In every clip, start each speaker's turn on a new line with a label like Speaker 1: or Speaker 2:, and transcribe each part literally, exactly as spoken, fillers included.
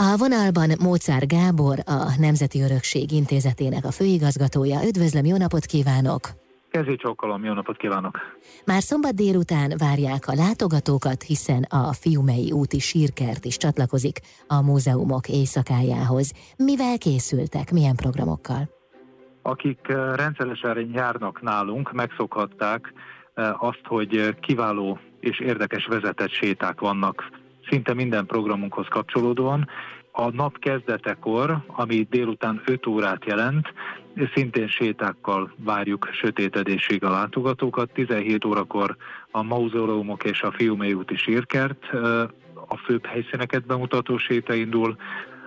Speaker 1: A vonalban Móczár Gábor, a Nemzeti Örökség Intézetének a főigazgatója. Üdvözlöm, jó napot kívánok!
Speaker 2: Kezi csókolom, jó napot kívánok!
Speaker 1: Már szombat délután várják a látogatókat, hiszen a Fiumei úti sírkert is csatlakozik a múzeumok éjszakájához. Mivel készültek, milyen programokkal?
Speaker 2: Akik rendszeresen járnak nálunk, megszokhatták azt, hogy kiváló és érdekes vezetett séták vannak szinte minden programunkhoz kapcsolódóan. A nap kezdetekor, ami délután öt órát jelent, szintén sétákkal várjuk sötétedésig a látogatókat. tizenhét órakor a Múzeumok és a Fiumei úti sírkert, a főbb helyszíneket bemutató séta indul.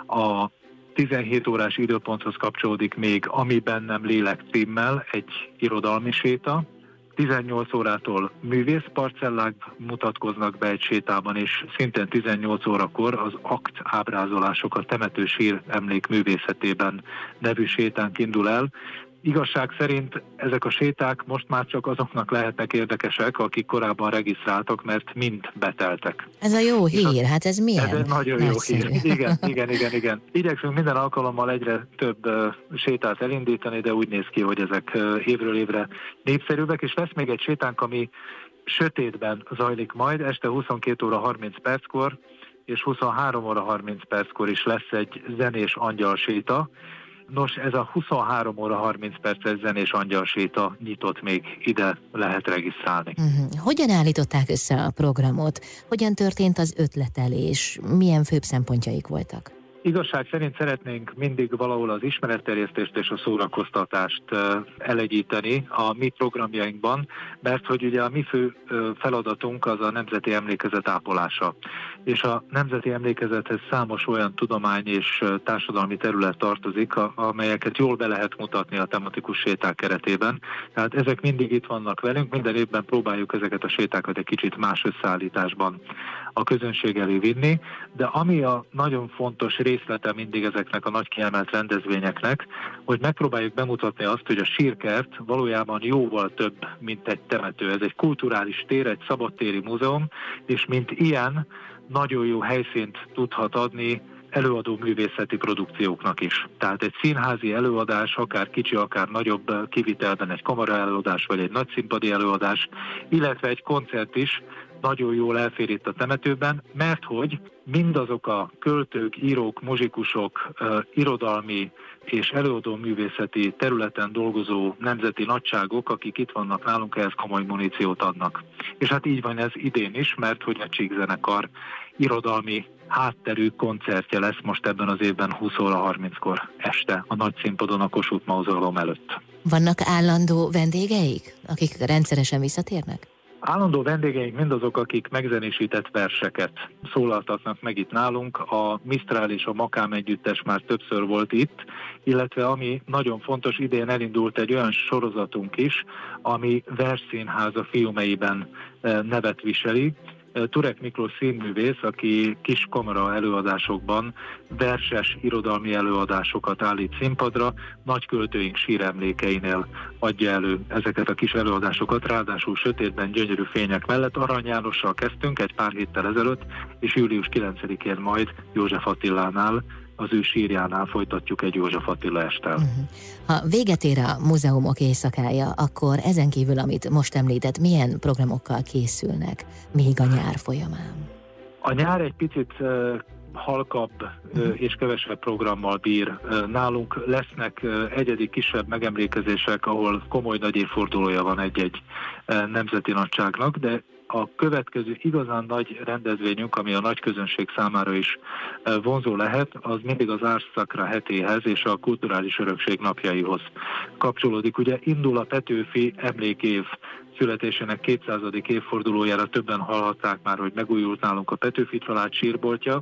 Speaker 2: A tizenhét órás időponthoz kapcsolódik még Ami bennem lélek címmel egy irodalmi séta. tizennyolc órától művészparcellák mutatkoznak be egy sétában, és szintén tizennyolc órakor az akt ábrázolások a Temető sír emlék művészetében nevű sétánk indul el. Igazság szerint ezek a séták most már csak azoknak lehetnek érdekesek, akik korábban regisztráltak, mert mind beteltek.
Speaker 1: Ez a jó hír, hát ez milyen?
Speaker 2: Ez egy nagyon jó hír. Igen, igen, igen, igen. Igyekszünk minden alkalommal egyre több uh, sétát elindítani, de úgy néz ki, hogy ezek uh, évről évre népszerűbbek, és lesz még egy sétánk, ami sötétben zajlik majd, este huszonkét óra harminc perckor, és huszonhárom óra harminc perckor is lesz egy zenés angyal séta. Nos, ez a huszonhárom óra harminc perces zenés angyal séta nyitott, még ide lehet regisztrálni.
Speaker 1: Uh-huh. Hogyan állították össze a programot? Hogyan történt az ötletelés? Milyen főbb szempontjaik voltak?
Speaker 2: Igazság szerint szeretnénk mindig valahol az ismeretterjesztést és a szórakoztatást elegyíteni a mi programjainkban, mert hogy ugye a mi fő feladatunk az a nemzeti emlékezet ápolása. És a nemzeti emlékezethez számos olyan tudomány és társadalmi terület tartozik, amelyeket jól be lehet mutatni a tematikus séták keretében. Tehát ezek mindig itt vannak velünk, minden évben próbáljuk ezeket a sétákat egy kicsit más összeállításban a közönség elé vinni, de ami a nagyon fontos részlete mindig ezeknek a nagy kiemelt rendezvényeknek, hogy megpróbáljuk bemutatni azt, hogy a sírkert valójában jóval több, mint egy temető. Ez egy kulturális tér, egy szabadtéri múzeum, és mint ilyen nagyon jó helyszínt tudhat adni előadó művészeti produkcióknak is. Tehát egy színházi előadás, akár kicsi, akár nagyobb kivitelben egy kamara előadás, vagy egy nagy színpadi előadás, illetve egy koncert is nagyon jól elfér itt a temetőben, mert hogy mindazok a költők, írók, muzsikusok, uh, irodalmi és előadó művészeti területen dolgozó nemzeti nagyságok, akik itt vannak nálunk, ehhez komoly muníciót adnak. És hát így van ez idén is, mert hogy a Csík zenekar irodalmi hátterű koncertje lesz most ebben az évben húsz óra harminckor este a nagy színpadon a Kossuth Mauzoleum előtt.
Speaker 1: Vannak állandó vendégeik, akik rendszeresen visszatérnek?
Speaker 2: Állandó vendégeink mindazok, akik megzenésített verseket szólaltatnak meg itt nálunk. A Misztrál és a Makám együttes már többször volt itt, illetve ami nagyon fontos, idén elindult egy olyan sorozatunk is, ami versszínház a Fiumeiben nevet viseli. Turek Miklós színművész, aki kis kamera előadásokban verses irodalmi előadásokat állít színpadra, nagyköltőink síremlékeinél adja elő ezeket a kis előadásokat, ráadásul sötétben gyönyörű fények mellett. Arany Jánossal kezdtünk egy pár héttel ezelőtt, és július kilencedikén majd József Attilánál, az ő sírjánál folytatjuk egy József Attila esttel. Uh-huh.
Speaker 1: Ha véget ér a múzeumok éjszakája, akkor ezen kívül, amit most említett, milyen programokkal készülnek még a nyár folyamán?
Speaker 2: A nyár egy picit uh, halkabb uh, és kevesebb programmal bír. Uh, nálunk lesznek uh, egyedi kisebb megemlékezések, ahol komoly nagy évfordulója van egy-egy uh, nemzeti nagyságnak, de a következő igazán nagy rendezvényünk, ami a nagy közönség számára is vonzó lehet, az mindig az Ars Sacra hetéhez és a kulturális örökség napjaihoz kapcsolódik. Ugye indul a Petőfi emlékév születésének kétszázadik évfordulójára, többen hallhatták már, hogy megújult nálunk a Petőfi család sírboltja,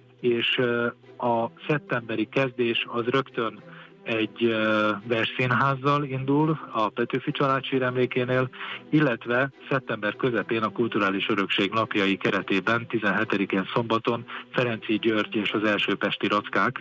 Speaker 2: és a szeptemberi kezdés az rögtön egy versszínházzal indul a Petőfi család síremlékénél, illetve szeptember közepén a Kulturális Örökség napjai keretében tizenhetedikén szombaton Ferenczy György és az első pesti rackák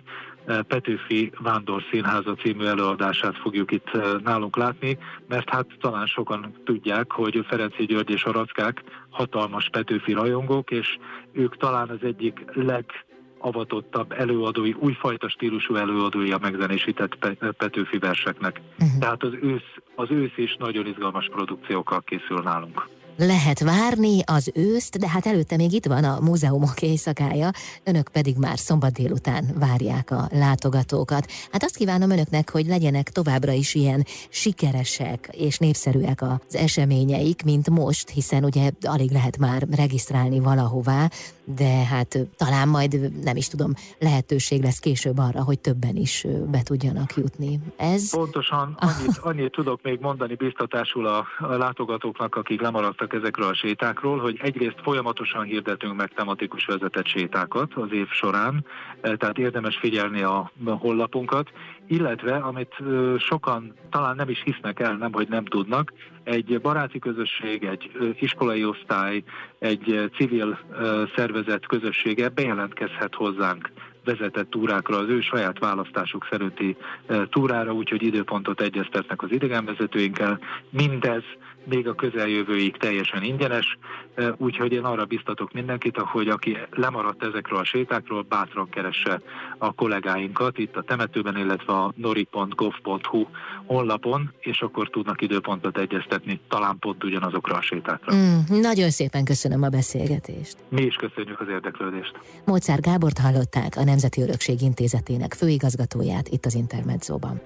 Speaker 2: Petőfi Vándor Színháza című előadását fogjuk itt nálunk látni, mert hát talán sokan tudják, hogy Ferenczy György és a rackák hatalmas Petőfi rajongók, és ők talán az egyik leg legavatottabb előadói, újfajta stílusú előadói a megzenésített Petőfi verseknek. Uh-huh. Tehát az ősz, az ősz is nagyon izgalmas produkciókkal készül nálunk.
Speaker 1: Lehet várni az őszt, de hát előtte még itt van a múzeumok éjszakája, önök pedig már szombat délután várják a látogatókat. Hát azt kívánom önöknek, hogy legyenek továbbra is ilyen sikeresek és népszerűek az eseményeik, mint most, hiszen ugye alig lehet már regisztrálni valahová, de hát talán majd, nem is tudom, lehetőség lesz később arra, hogy többen is be tudjanak jutni. Ez...
Speaker 2: Pontosan annyit, annyit tudok még mondani biztatásul a, a látogatóknak, akik lemaradtak ezekről a sétákról, hogy egyrészt folyamatosan hirdetünk meg tematikus vezetett sétákat az év során, tehát érdemes figyelni a honlapunkat, illetve, amit sokan talán nem is hisznek el, nem, hogy nem tudnak, egy baráti közösség, egy iskolai osztály, egy civil szervezet közössége bejelentkezhet hozzánk vezetett túrákra, az ő saját választásuk szerinti túrára, úgyhogy időpontot egyeztetnek az idegenvezetőinkkel. Mindez még a közeljövőig teljesen ingyenes, úgyhogy én arra biztatok mindenkit, hogy aki lemaradt ezekről a sétákról, bátran keresse a kollégáinkat itt a temetőben, illetve a nori pont gov pont hu honlapon, és akkor tudnak időpontot egyeztetni, talán pont ugyanazokra a sétákra.
Speaker 1: Mm, nagyon szépen köszönöm a beszélgetést.
Speaker 2: Mi is köszönjük az érdeklődést.
Speaker 1: Mozár Gábort hallották, a Nemzeti Örökség Intézetének főigazgatóját itt az Intermedzóban.